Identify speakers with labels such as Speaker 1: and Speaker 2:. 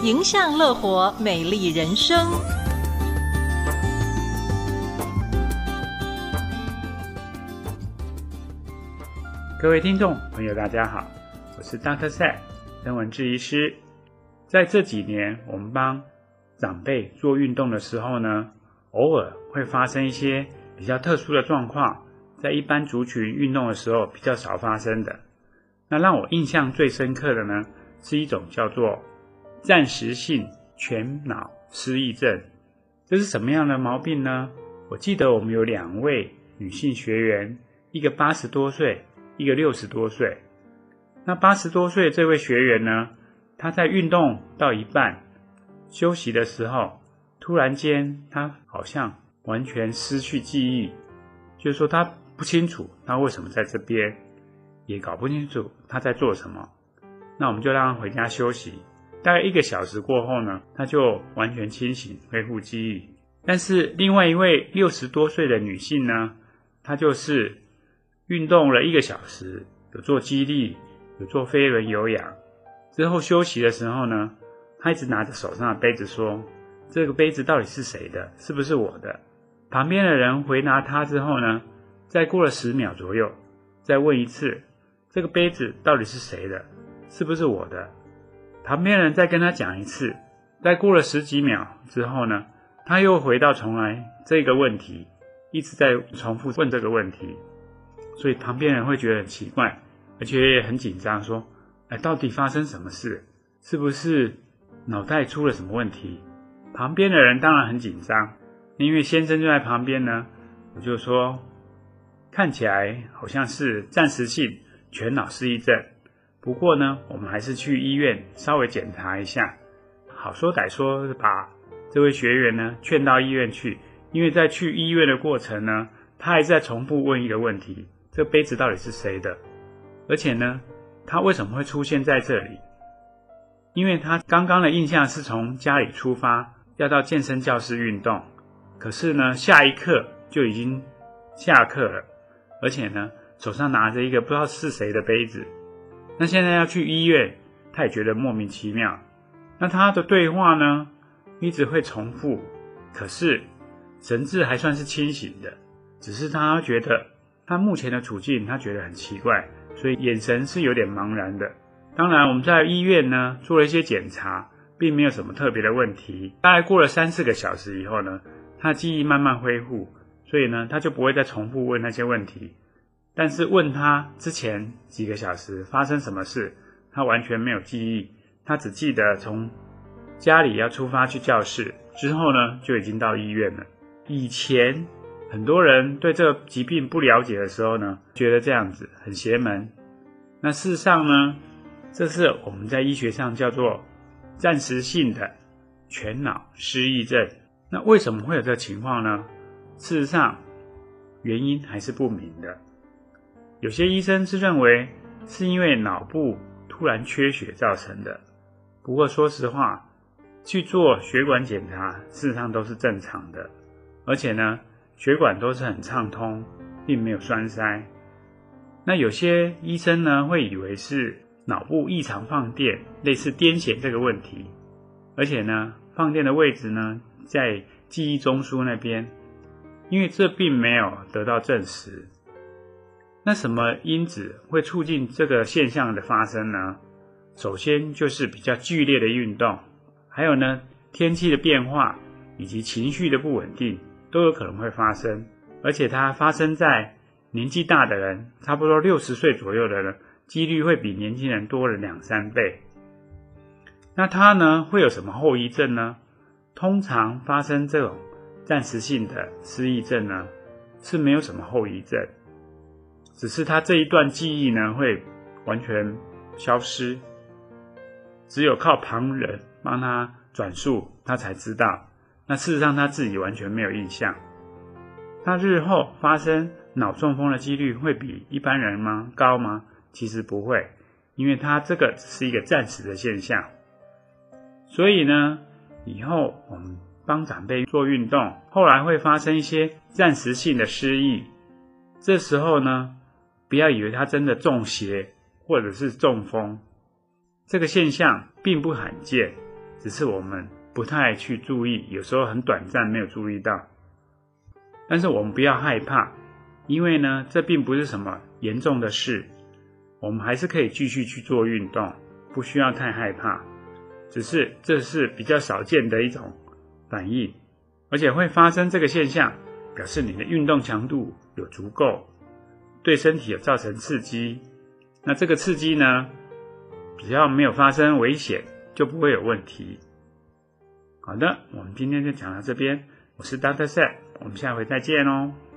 Speaker 1: 迎向乐活美丽人生。
Speaker 2: 各位听众朋友大家好，我是 Dr. Seth 曾文志医师。在这几年我们帮长辈做运动的时候呢，偶尔会发生一些比较特殊的状况，在一般族群运动的时候比较少发生的。那让我印象最深刻的呢，是一种叫做暂时性全脑失忆症。这是什么样的毛病呢？我记得我们有2位女性学员，一个80多岁，一个60多岁。那80多岁这位学员呢，她在运动到一半休息的时候，突然间她好像完全失去记忆，就是说她不清楚她为什么在这边，也搞不清楚她在做什么。那我们就让她回家休息，大概1个小时过后呢，她就完全清醒，恢复记忆。但是另外一位60多岁的女性呢，她就是运动了1个小时，有做肌力，有做飞轮有氧，之后休息的时候呢，她一直拿着手上的杯子说，这个杯子到底是谁的？是不是我的？旁边的人回答她之后呢，再过了10秒左右，再问一次，这个杯子到底是谁的？是不是我的？旁边人再跟她讲一次，再过了10几秒之后呢，她又回到重来这个问题，一直在重复问这个问题。所以旁边人会觉得很奇怪，而且也很紧张，说到底发生什么事？是不是脑袋出了什么问题？旁边的人当然很紧张，因为先生就在旁边呢。我就说，看起来好像是暂时性全脑失忆症，不过呢，我们还是去医院稍微检查一下。好说歹说把这位学员呢劝到医院去，因为在去医院的过程呢，他还在重复问一个问题，这个杯子到底是谁的？而且呢，他为什么会出现在这里？因为他刚刚的印象是从家里出发，要到健身教室运动，可是呢，下一刻就已经下课了，而且呢，手上拿着一个不知道是谁的杯子。那现在要去医院，他也觉得莫名其妙。那他的对话呢，一直会重复，可是神志还算是清醒的，只是他觉得他目前的处境，他觉得很奇怪，所以眼神是有点茫然的。当然我们在医院呢做了一些检查，并没有什么特别的问题。大概过了3-4个小时以后呢，他记忆慢慢恢复，所以呢他就不会再重复问那些问题。但是问他之前几个小时发生什么事，他完全没有记忆，他只记得从家里要出发去教室之后呢，就已经到医院了。以前很多人对这个疾病不了解的时候呢，觉得这样子很邪门。那事实上呢，这是我们在医学上叫做暂时性的全脑失忆症。那为什么会有这个情况呢？事实上原因还是不明的。有些医生是认为是因为脑部突然缺血造成的，不过说实话，去做血管检查事实上都是正常的，而且呢血管都是很畅通，并没有栓塞。那有些医生呢会以为是脑部异常放电，类似癫痫这个问题，而且呢放电的位置呢在记忆中枢那边，因为这并没有得到证实。那什么因子会促进这个现象的发生呢？首先就是比较剧烈的运动，还有呢天气的变化以及情绪的不稳定都有可能会发生，而且它发生在年纪大的人，差不多60岁左右的人，几率会比年轻人多了2-3倍。那它呢会有什么后遗症呢？通常发生这种暂时性的失忆症呢，是没有什么后遗症，只是他这一段记忆呢会完全消失，只有靠旁人帮他转述，他才知道。那事实上他自己完全没有印象。他日后发生脑中风的几率会比一般人吗高吗？其实不会，因为他这个只是一个暂时的现象。所以呢，以后我们帮长辈做运动，后来会发生一些暂时性的失忆，这时候呢，不要以为他真的中邪或者是中风，这个现象并不罕见， 只是我们不太去注意，有时候很短暂没有注意到。但是我们不要害怕，因为呢，这并不是什么严重的事，我们还是可以继续去做运动，不需要太害怕。只是这是比较少见的一种反应，而且会发生这个现象，表示你的运动强度有足够，对身体有造成刺激。那这个刺激呢，只要没有发生危险，就不会有问题。好的，我们今天就讲到这边，我是 Dr. Seth， 我们下回再见哦。